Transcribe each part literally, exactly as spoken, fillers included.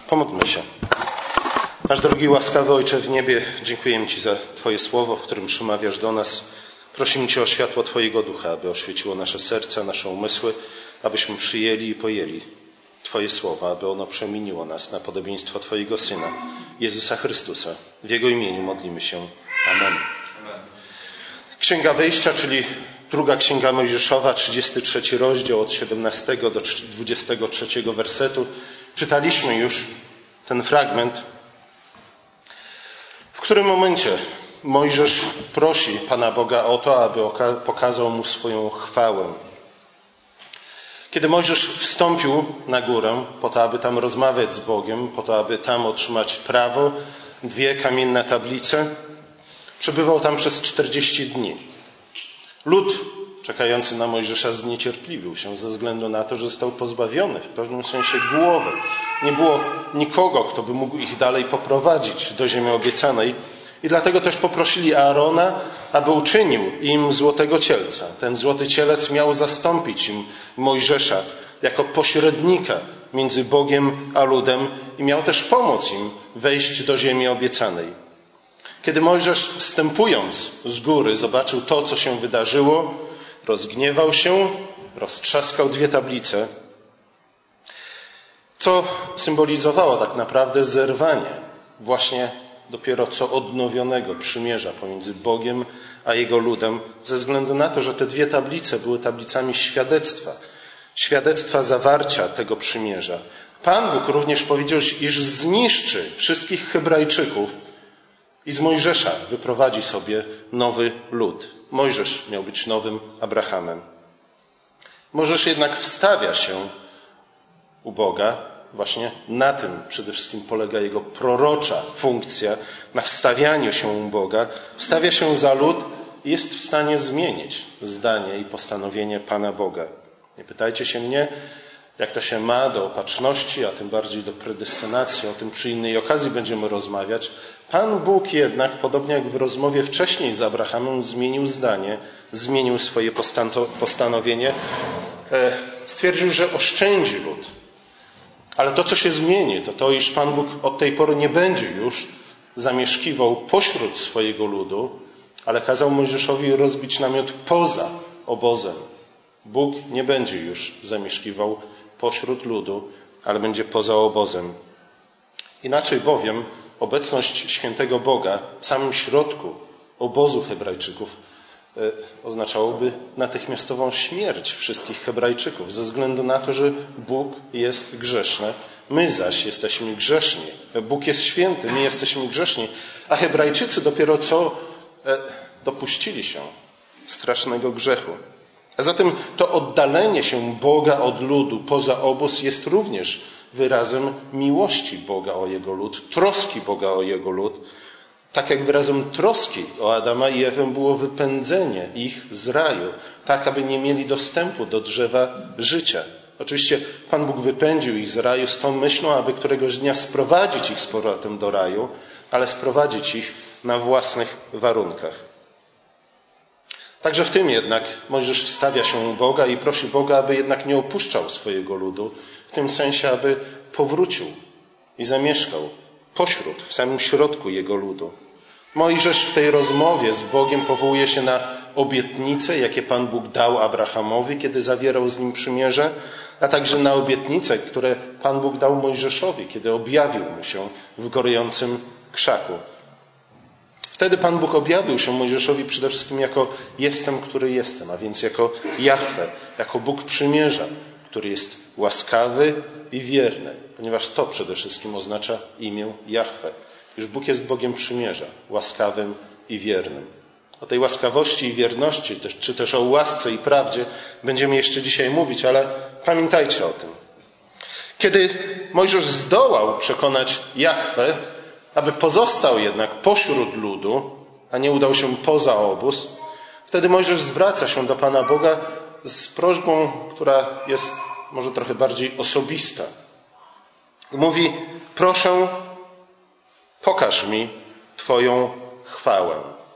Pomódlmy się. Nasz drogi, łaskawy Ojcze w niebie, dziękujemy Ci za Twoje słowo, w którym przemawiasz do nas. Prosimy Cię o światło Twojego Ducha, aby oświeciło nasze serca, nasze umysły, abyśmy przyjęli i pojęli Twoje słowa, aby ono przemieniło nas na podobieństwo Twojego Syna, Jezusa Chrystusa. W Jego imieniu modlimy się. Amen. Księga Wyjścia, czyli druga Księga Mojżeszowa, trzydziesty trzeci rozdział od siedemnastego do dwudziestego trzeciego wersetu. Czytaliśmy już ten fragment, w którym momencie Mojżesz prosi Pana Boga o to, aby pokazał mu swoją chwałę. Kiedy Mojżesz wstąpił na górę po to, aby tam rozmawiać z Bogiem, po to, aby tam otrzymać prawo, dwie kamienne tablice, przebywał tam przez czterdzieści dni. Lud czekający na Mojżesza zniecierpliwił się ze względu na to, że został pozbawiony w pewnym sensie głowy. Nie było nikogo, kto by mógł ich dalej poprowadzić do ziemi obiecanej. I dlatego też poprosili Aarona, aby uczynił im złotego cielca. Ten złoty cielec miał zastąpić im Mojżesza jako pośrednika między Bogiem a ludem i miał też pomóc im wejść do ziemi obiecanej. Kiedy Mojżesz, wstępując z góry, zobaczył to, co się wydarzyło, rozgniewał się, roztrzaskał dwie tablice, co symbolizowało tak naprawdę zerwanie właśnie dopiero co odnowionego przymierza pomiędzy Bogiem a Jego ludem, ze względu na to, że te dwie tablice były tablicami świadectwa, świadectwa zawarcia tego przymierza. Pan Bóg również powiedział, iż zniszczy wszystkich Hebrajczyków i z Mojżesza wyprowadzi sobie nowy lud. Mojżesz miał być nowym Abrahamem. Mojżesz jednak wstawia się u Boga. Właśnie na tym przede wszystkim polega jego prorocza funkcja, na wstawianiu się u Boga. Wstawia się za lud i jest w stanie zmienić zdanie i postanowienie Pana Boga. Nie pytajcie się mnie, jak to się ma do opatrzności, a tym bardziej do predestynacji. O tym przy innej okazji będziemy rozmawiać. Pan Bóg jednak, podobnie jak w rozmowie wcześniej z Abrahamem, zmienił zdanie, zmienił swoje postanowienie. Stwierdził, że oszczędzi lud. Ale to, co się zmieni, to to, iż Pan Bóg od tej pory nie będzie już zamieszkiwał pośród swojego ludu, ale kazał Mojżeszowi rozbić namiot poza obozem. Bóg nie będzie już zamieszkiwał pośród ludu, ale będzie poza obozem. Inaczej bowiem obecność świętego Boga w samym środku obozu Hebrajczyków oznaczałoby natychmiastową śmierć wszystkich Hebrajczyków, ze względu na to, że Bóg jest grzeszny, my zaś jesteśmy grzeszni. Bóg jest święty, my jesteśmy grzeszni, a Hebrajczycy dopiero co dopuścili się strasznego grzechu. A zatem to oddalenie się Boga od ludu poza obóz jest również wyrazem miłości Boga o Jego lud, troski Boga o Jego lud. Tak jak wyrazem troski o Adama i Ewę było wypędzenie ich z raju, tak aby nie mieli dostępu do drzewa życia. Oczywiście Pan Bóg wypędził ich z raju z tą myślą, aby któregoś dnia sprowadzić ich z powrotem do raju, ale sprowadzić ich na własnych warunkach. Także w tym jednak Mojżesz wstawia się u Boga i prosi Boga, aby jednak nie opuszczał swojego ludu, w tym sensie, aby powrócił i zamieszkał pośród, w samym środku jego ludu. Mojżesz w tej rozmowie z Bogiem powołuje się na obietnice, jakie Pan Bóg dał Abrahamowi, kiedy zawierał z nim przymierze, a także na obietnice, które Pan Bóg dał Mojżeszowi, kiedy objawił mu się w gorejącym krzaku. Wtedy Pan Bóg objawił się Mojżeszowi przede wszystkim jako jestem, który jestem, a więc jako Jahwe, jako Bóg przymierza, który jest łaskawy i wierny, ponieważ to przede wszystkim oznacza imię Jahwe. Iż Bóg jest Bogiem przymierza, łaskawym i wiernym. O tej łaskawości i wierności, czy też o łasce i prawdzie będziemy jeszcze dzisiaj mówić, ale pamiętajcie o tym. Kiedy Mojżesz zdołał przekonać Jahwe, aby pozostał jednak pośród ludu, a nie udał się poza obóz, wtedy Mojżesz zwraca się do Pana Boga z prośbą, która jest może trochę bardziej osobista. Mówi, proszę, pokaż mi Twoją chwałę.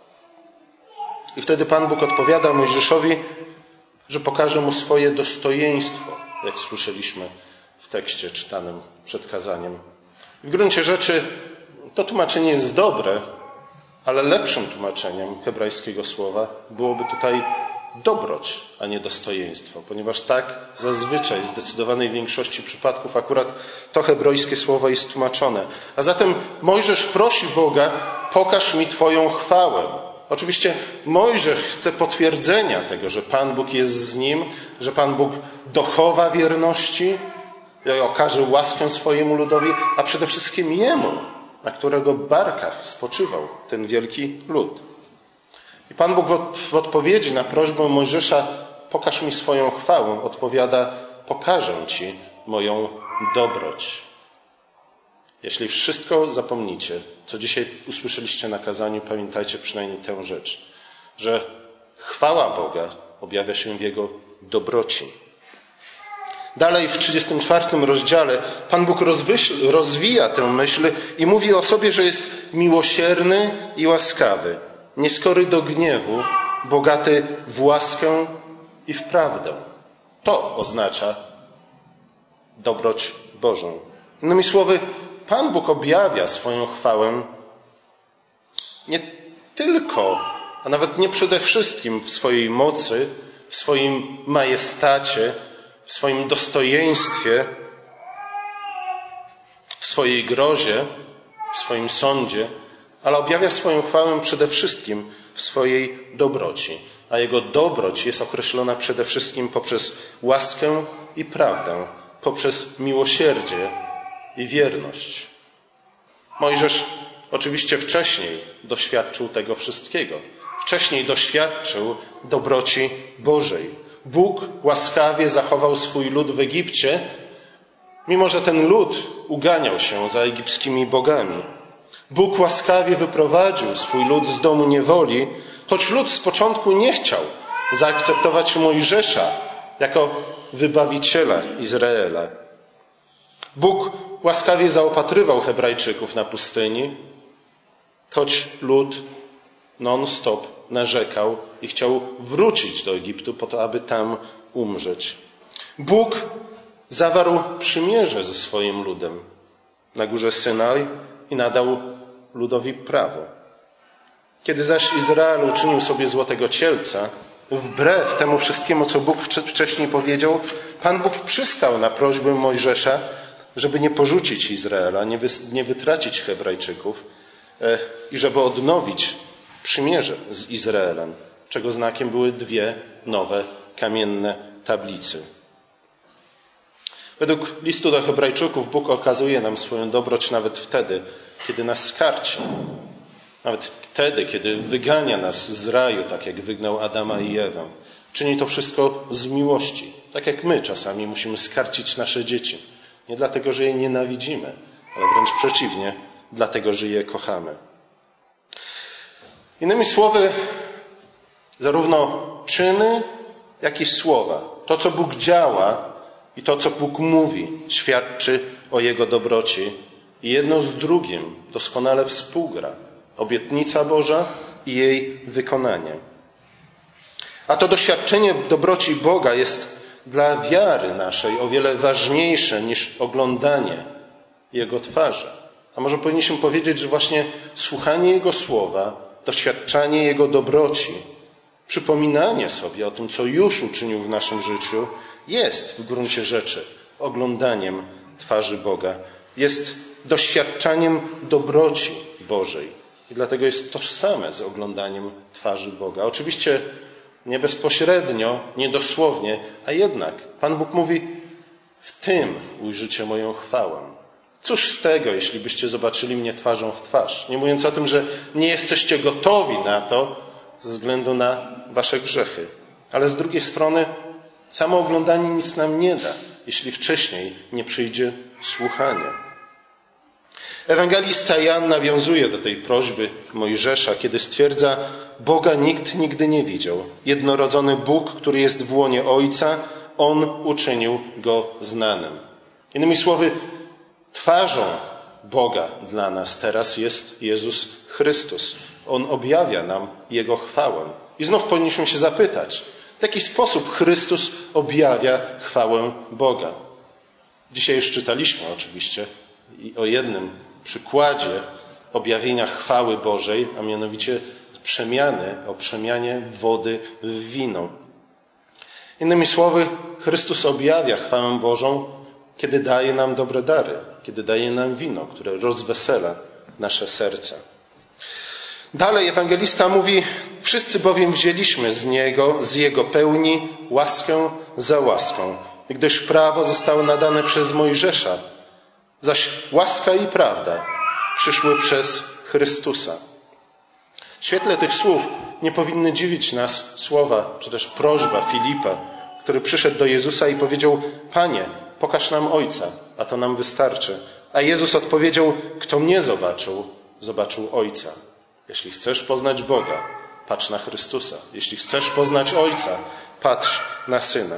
I wtedy Pan Bóg odpowiada Mojżeszowi, że pokaże mu swoje dostojeństwo, jak słyszeliśmy w tekście czytanym przed kazaniem. W gruncie rzeczy to tłumaczenie jest dobre, ale lepszym tłumaczeniem hebrajskiego słowa byłoby tutaj dobroć, a nie dostojeństwo, ponieważ tak zazwyczaj w zdecydowanej większości przypadków akurat to hebrajskie słowo jest tłumaczone. A zatem Mojżesz prosi Boga, pokaż mi Twoją chwałę. Oczywiście Mojżesz chce potwierdzenia tego, że Pan Bóg jest z nim, że Pan Bóg dochowa wierności i okaże łaskę swojemu ludowi, a przede wszystkim jemu, na którego barkach spoczywał ten wielki lud. I Pan Bóg w odpowiedzi na prośbę Mojżesza, pokaż mi swoją chwałę, odpowiada, pokażę Ci moją dobroć. Jeśli wszystko zapomnicie, co dzisiaj usłyszeliście na kazaniu, pamiętajcie przynajmniej tę rzecz, że chwała Boga objawia się w Jego dobroci. Dalej w trzydziestym czwartym rozdziale Pan Bóg rozwija tę myśl i mówi o sobie, że jest miłosierny i łaskawy, nieskory do gniewu, bogaty w łaskę i w prawdę. To oznacza dobroć Bożą. Innymi słowy, Pan Bóg objawia swoją chwałę nie tylko, a nawet nie przede wszystkim w swojej mocy, w swoim majestacie, w swoim dostojeństwie, w swojej grozie, w swoim sądzie, ale objawia swoją chwałę przede wszystkim w swojej dobroci. A Jego dobroć jest określona przede wszystkim poprzez łaskę i prawdę, poprzez miłosierdzie i wierność. Mojżesz oczywiście wcześniej doświadczył tego wszystkiego. Wcześniej doświadczył dobroci Bożej. Bóg łaskawie zachował swój lud w Egipcie, mimo że ten lud uganiał się za egipskimi bogami. Bóg łaskawie wyprowadził swój lud z domu niewoli, choć lud z początku nie chciał zaakceptować Mojżesza jako wybawiciela Izraela. Bóg łaskawie zaopatrywał Hebrajczyków na pustyni, choć lud non-stop narzekał i chciał wrócić do Egiptu po to, aby tam umrzeć. Bóg zawarł przymierze ze swoim ludem na górze Synaj i nadał ludowi prawo. Kiedy zaś Izrael uczynił sobie złotego cielca, wbrew temu wszystkiemu, co Bóg wcześniej powiedział, Pan Bóg przystał na prośbę Mojżesza, żeby nie porzucić Izraela, nie, wy, nie wytracić Hebrajczyków e, i żeby odnowić przymierze z Izraelem, czego znakiem były dwie nowe kamienne tablice. Według listu do Hebrajczyków Bóg okazuje nam swoją dobroć nawet wtedy, kiedy nas skarci. Nawet wtedy, kiedy wygania nas z raju, tak jak wygnał Adama i Ewę. Czyni to wszystko z miłości. Tak jak my czasami musimy skarcić nasze dzieci. Nie dlatego, że je nienawidzimy, ale wręcz przeciwnie, dlatego, że je kochamy. Innymi słowy, zarówno czyny, jak i słowa, to co Bóg działa i to co Bóg mówi, świadczy o Jego dobroci i jedno z drugim doskonale współgra. Obietnica Boża i jej wykonanie. A to doświadczenie dobroci Boga jest dla wiary naszej o wiele ważniejsze niż oglądanie Jego twarzy. A może powinniśmy powiedzieć, że właśnie słuchanie Jego słowa, doświadczanie Jego dobroci, przypominanie sobie o tym, co już uczynił w naszym życiu, jest w gruncie rzeczy oglądaniem twarzy Boga. Jest doświadczaniem dobroci Bożej. I dlatego jest tożsame z oglądaniem twarzy Boga. Oczywiście nie bezpośrednio, nie dosłownie, a jednak Pan Bóg mówi, w tym ujrzycie moją chwałę. Cóż z tego, jeśli byście zobaczyli mnie twarzą w twarz? Nie mówiąc o tym, że nie jesteście gotowi na to ze względu na wasze grzechy. Ale z drugiej strony samo oglądanie nic nam nie da, jeśli wcześniej nie przyjdzie słuchanie. Ewangelista Jan nawiązuje do tej prośby Mojżesza, kiedy stwierdza, Boga nikt nigdy nie widział. Jednorodzony Bóg, który jest w łonie Ojca, On uczynił Go znanym. Innymi słowy, twarzą Boga dla nas teraz jest Jezus Chrystus. On objawia nam Jego chwałę. I znów powinniśmy się zapytać, w jaki sposób Chrystus objawia chwałę Boga. Dzisiaj już czytaliśmy oczywiście i o jednym przykładzie objawienia chwały Bożej, a mianowicie przemiany, o przemianie wody w wino. Innymi słowy, Chrystus objawia chwałę Bożą, kiedy daje nam dobre dary, kiedy daje nam wino, które rozwesela nasze serca. Dalej ewangelista mówi, wszyscy bowiem wzięliśmy z Niego, z Jego pełni, łaskę za łaską, gdyż prawo zostało nadane przez Mojżesza, zaś łaska i prawda przyszły przez Chrystusa. W świetle tych słów nie powinny dziwić nas słowa, czy też prośba Filipa, który przyszedł do Jezusa i powiedział, Panie, pokaż nam Ojca, a to nam wystarczy. A Jezus odpowiedział, kto mnie zobaczył, zobaczył Ojca. Jeśli chcesz poznać Boga, patrz na Chrystusa. Jeśli chcesz poznać Ojca, patrz na Syna.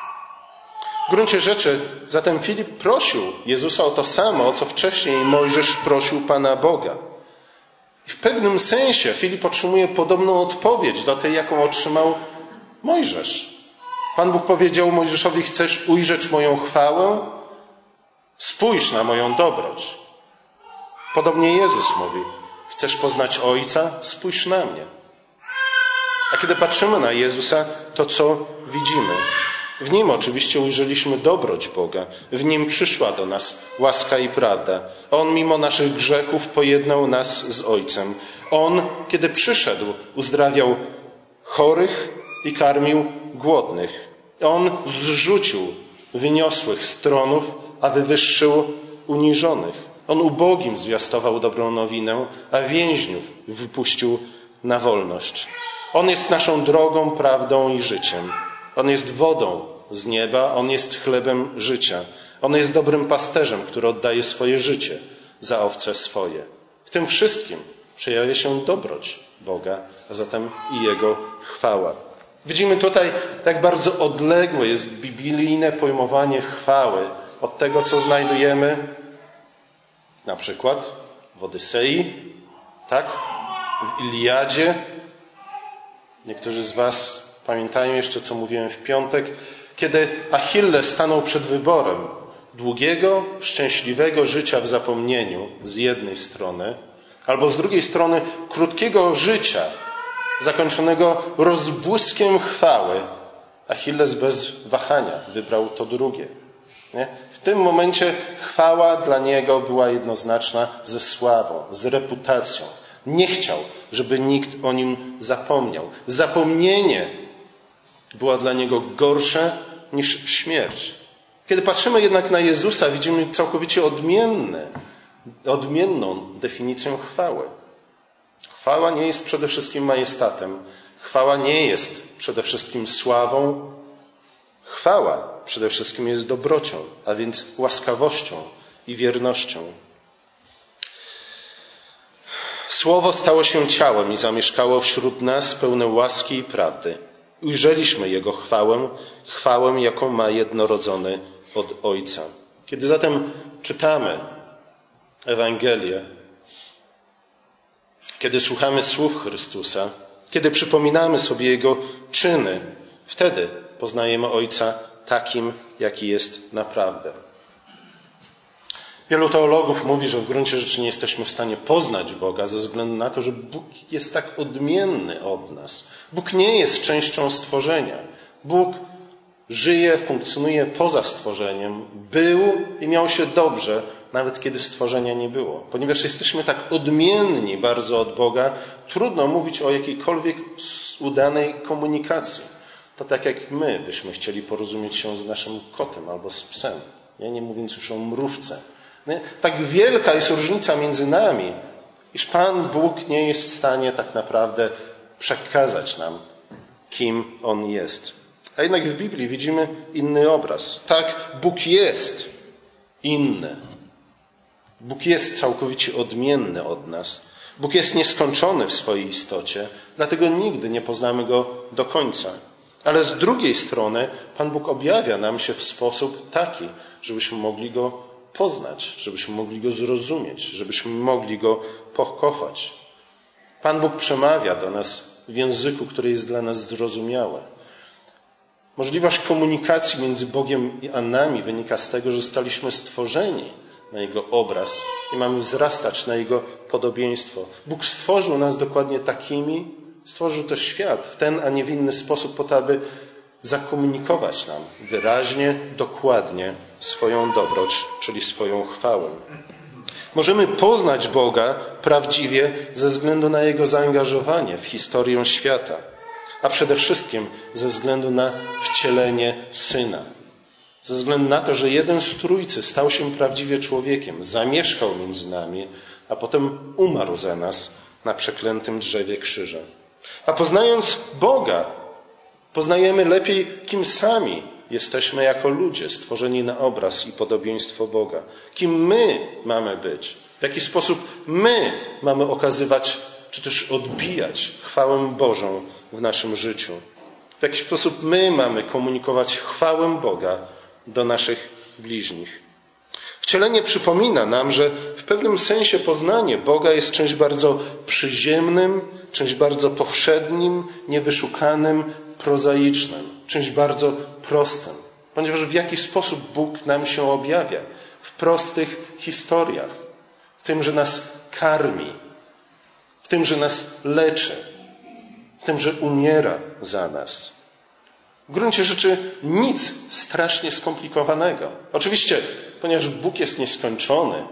W gruncie rzeczy zatem Filip prosił Jezusa o to samo, o co wcześniej Mojżesz prosił Pana Boga. I w pewnym sensie Filip otrzymuje podobną odpowiedź do tej, jaką otrzymał Mojżesz. Pan Bóg powiedział Mojżeszowi, chcesz ujrzeć moją chwałę? Spójrz na moją dobroć. Podobnie Jezus mówi, chcesz poznać Ojca? Spójrz na mnie. A kiedy patrzymy na Jezusa, to co widzimy? W Nim oczywiście ujrzeliśmy dobroć Boga. W Nim przyszła do nas łaska i prawda. On mimo naszych grzechów pojednał nas z Ojcem. On, kiedy przyszedł, uzdrawiał chorych i karmił głodnych. On zrzucił wyniosłych z tronów, a wywyższył uniżonych. On ubogim zwiastował dobrą nowinę, a więźniów wypuścił na wolność. On jest naszą drogą, prawdą i życiem. On jest wodą z nieba, On jest chlebem życia. On jest dobrym pasterzem, który oddaje swoje życie za owce swoje. W tym wszystkim przejawia się dobroć Boga, a zatem i Jego chwała. Widzimy tutaj, jak bardzo odległe jest biblijne pojmowanie chwały od tego, co znajdujemy na przykład w Odysei, tak? W Iliadzie. Niektórzy z Was pamiętają jeszcze, co mówiłem w piątek, kiedy Achilles stanął przed wyborem długiego, szczęśliwego życia w zapomnieniu z jednej strony, albo z drugiej strony krótkiego życia zakończonego rozbłyskiem chwały. Achilles bez wahania wybrał to drugie. Nie? W tym momencie chwała dla niego była jednoznaczna ze sławą, z reputacją. Nie chciał, żeby nikt o nim zapomniał. Zapomnienie było dla niego gorsze niż śmierć. Kiedy patrzymy jednak na Jezusa, widzimy całkowicie odmienne, odmienną definicję chwały. Chwała nie jest przede wszystkim majestatem. Chwała nie jest przede wszystkim sławą. Chwała przede wszystkim jest dobrocią, a więc łaskawością i wiernością. Słowo stało się ciałem i zamieszkało wśród nas pełne łaski i prawdy. Ujrzeliśmy Jego chwałę, chwałę, jaką ma jednorodzony od Ojca. Kiedy zatem czytamy Ewangelię, kiedy słuchamy słów Chrystusa, kiedy przypominamy sobie Jego czyny, wtedy poznajemy Ojca takim, jaki jest naprawdę. Wielu teologów mówi, że w gruncie rzeczy nie jesteśmy w stanie poznać Boga ze względu na to, że Bóg jest tak odmienny od nas. Bóg nie jest częścią stworzenia. Bóg żyje, funkcjonuje poza stworzeniem, był i miał się dobrze, nawet kiedy stworzenia nie było. Ponieważ jesteśmy tak odmienni bardzo od Boga, trudno mówić o jakiejkolwiek udanej komunikacji. To tak jak my byśmy chcieli porozumieć się z naszym kotem albo z psem, nie, nie mówiąc już o mrówce. Nie? Tak wielka jest różnica między nami, iż Pan Bóg nie jest w stanie tak naprawdę przekazać nam, kim On jest. A jednak w Biblii widzimy inny obraz. Tak, Bóg jest inny. Bóg jest całkowicie odmienny od nas. Bóg jest nieskończony w swojej istocie, dlatego nigdy nie poznamy Go do końca. Ale z drugiej strony Pan Bóg objawia nam się w sposób taki, żebyśmy mogli Go poznać, żebyśmy mogli Go zrozumieć, żebyśmy mogli Go pokochać. Pan Bóg przemawia do nas w języku, który jest dla nas zrozumiały. Możliwość komunikacji między Bogiem a nami wynika z tego, że zostaliśmy stworzeni na Jego obraz i mamy wzrastać na Jego podobieństwo. Bóg stworzył nas dokładnie takimi, stworzył też świat w ten, a nie w inny sposób po to, aby zakomunikować nam wyraźnie, dokładnie swoją dobroć, czyli swoją chwałę. Możemy poznać Boga prawdziwie ze względu na Jego zaangażowanie w historię świata, a przede wszystkim ze względu na wcielenie Syna. Ze względu na to, że jeden z Trójcy stał się prawdziwie człowiekiem, zamieszkał między nami, a potem umarł za nas na przeklętym drzewie krzyża. A poznając Boga, poznajemy lepiej, kim sami jesteśmy jako ludzie stworzeni na obraz i podobieństwo Boga. Kim my mamy być, w jaki sposób my mamy okazywać, czy też odbijać chwałę Bożą w naszym życiu. W jaki sposób my mamy komunikować chwałę Boga do naszych bliźnich. Wcielenie przypomina nam, że w pewnym sensie poznanie Boga jest czymś bardzo przyziemnym, czymś bardzo powszednim, niewyszukanym, prozaicznym, czymś bardzo prostym. Ponieważ w jaki sposób Bóg nam się objawia? W prostych historiach. W tym, że nas karmi. W tym, że nas leczy. W tym, że umiera za nas. W gruncie rzeczy nic strasznie skomplikowanego. Oczywiście, ponieważ Bóg jest nieskończony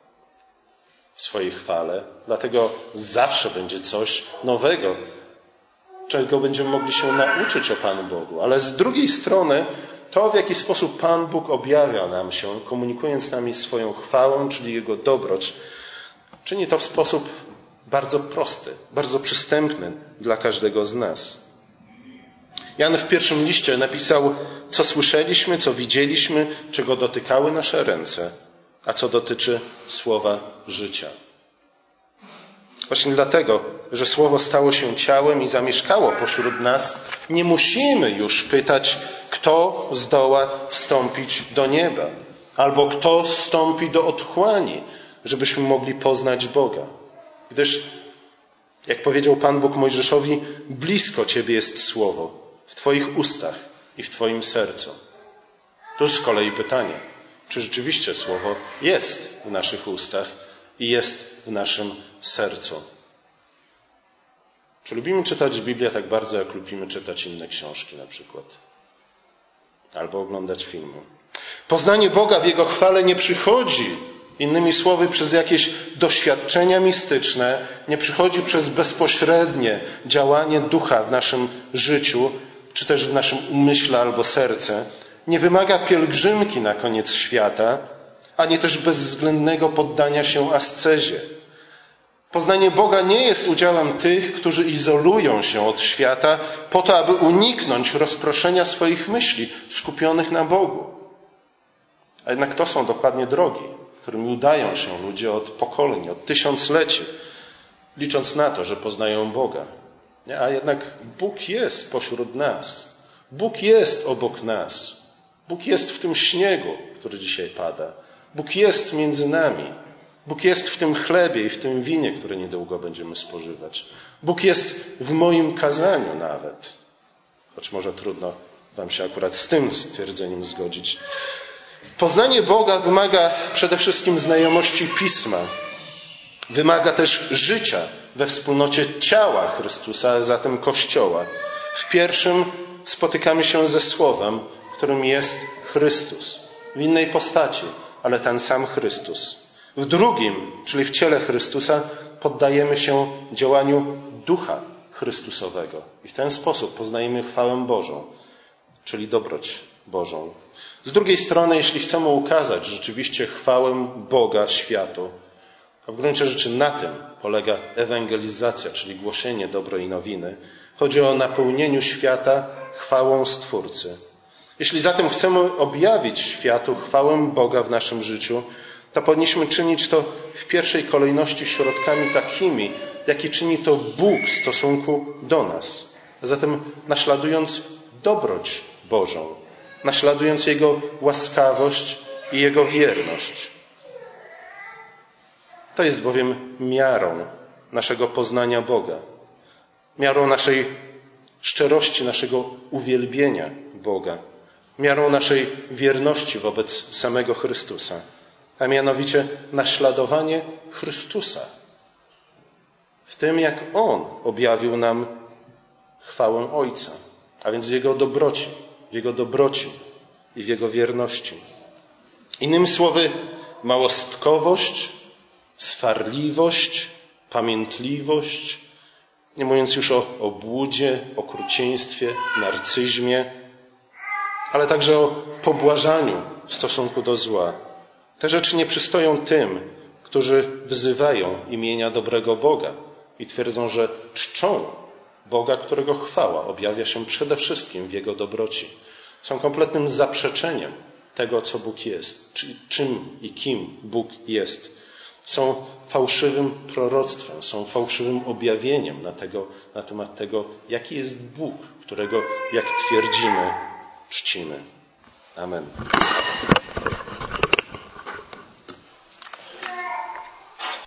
w swojej chwale, dlatego zawsze będzie coś nowego, czego będziemy mogli się nauczyć o Panu Bogu. Ale z drugiej strony to, w jaki sposób Pan Bóg objawia nam się, komunikując z nami swoją chwałę, czyli Jego dobroć, czyni to w sposób bardzo prosty, bardzo przystępny dla każdego z nas. Jan w pierwszym liście napisał, co słyszeliśmy, co widzieliśmy, czego dotykały nasze ręce, a co dotyczy słowa życia. Właśnie dlatego, że Słowo stało się ciałem i zamieszkało pośród nas, nie musimy już pytać, kto zdoła wstąpić do nieba, albo kto zstąpi do otchłani, żebyśmy mogli poznać Boga. Gdyż, jak powiedział Pan Bóg Mojżeszowi, blisko Ciebie jest Słowo, w Twoich ustach i w Twoim sercu. Tu z kolei pytanie, czy rzeczywiście Słowo jest w naszych ustach i jest w naszym sercu? Czy lubimy czytać Biblię tak bardzo, jak lubimy czytać inne książki na przykład? Albo oglądać filmy. Poznanie Boga w Jego chwale nie przychodzi, innymi słowy, przez jakieś doświadczenia mistyczne, nie przychodzi przez bezpośrednie działanie Ducha w naszym życiu, czy też w naszym umyśle albo serce. Nie wymaga pielgrzymki na koniec świata, ani też bezwzględnego poddania się ascezie. Poznanie Boga nie jest udziałem tych, którzy izolują się od świata po to, aby uniknąć rozproszenia swoich myśli skupionych na Bogu. A jednak to są dokładnie drogi, którymi udają się ludzie od pokoleń, od tysiącleci, licząc na to, że poznają Boga. A jednak Bóg jest pośród nas. Bóg jest obok nas. Bóg jest w tym śniegu, który dzisiaj pada. Bóg jest między nami. Bóg jest w tym chlebie i w tym winie, które niedługo będziemy spożywać. Bóg jest w moim kazaniu nawet. Choć może trudno wam się akurat z tym stwierdzeniem zgodzić. Poznanie Boga wymaga przede wszystkim znajomości Pisma. Wymaga też życia we wspólnocie ciała Chrystusa, a zatem Kościoła. W pierwszym spotykamy się ze Słowem, którym jest Chrystus. W innej postaci, ale ten sam Chrystus. W drugim, czyli w ciele Chrystusa, poddajemy się działaniu Ducha Chrystusowego. I w ten sposób poznajemy chwałę Bożą, czyli dobroć Bożą. Z drugiej strony, jeśli chcemy ukazać rzeczywiście chwałę Boga światu, a w gruncie rzeczy na tym polega ewangelizacja, czyli głoszenie dobrej nowiny, chodzi o napełnieniu świata chwałą Stwórcy. Jeśli zatem chcemy objawić światu chwałę Boga w naszym życiu, to powinniśmy czynić to w pierwszej kolejności środkami takimi, jaki czyni to Bóg w stosunku do nas. A zatem naśladując dobroć Bożą, naśladując Jego łaskawość i Jego wierność. To jest bowiem miarą naszego poznania Boga, miarą naszej szczerości, naszego uwielbienia Boga, miarą naszej wierności wobec samego Chrystusa, a mianowicie naśladowanie Chrystusa w tym, jak On objawił nam chwałę Ojca, a więc w Jego dobroci, w Jego dobroci i w Jego wierności. Innymi słowy, małostkowość, swarliwość, pamiętliwość, nie mówiąc już o obłudzie, okrucieństwie, narcyzmie, ale także o pobłażaniu w stosunku do zła. Te rzeczy nie przystoją tym, którzy wzywają imienia dobrego Boga i twierdzą, że czczą Boga, którego chwała objawia się przede wszystkim w Jego dobroci. Są kompletnym zaprzeczeniem tego, co Bóg jest, czy, czym i kim Bóg jest. Są fałszywym proroctwem, są fałszywym objawieniem na, tego, na temat tego, jaki jest Bóg, którego, jak twierdzimy, czcimy. Amen.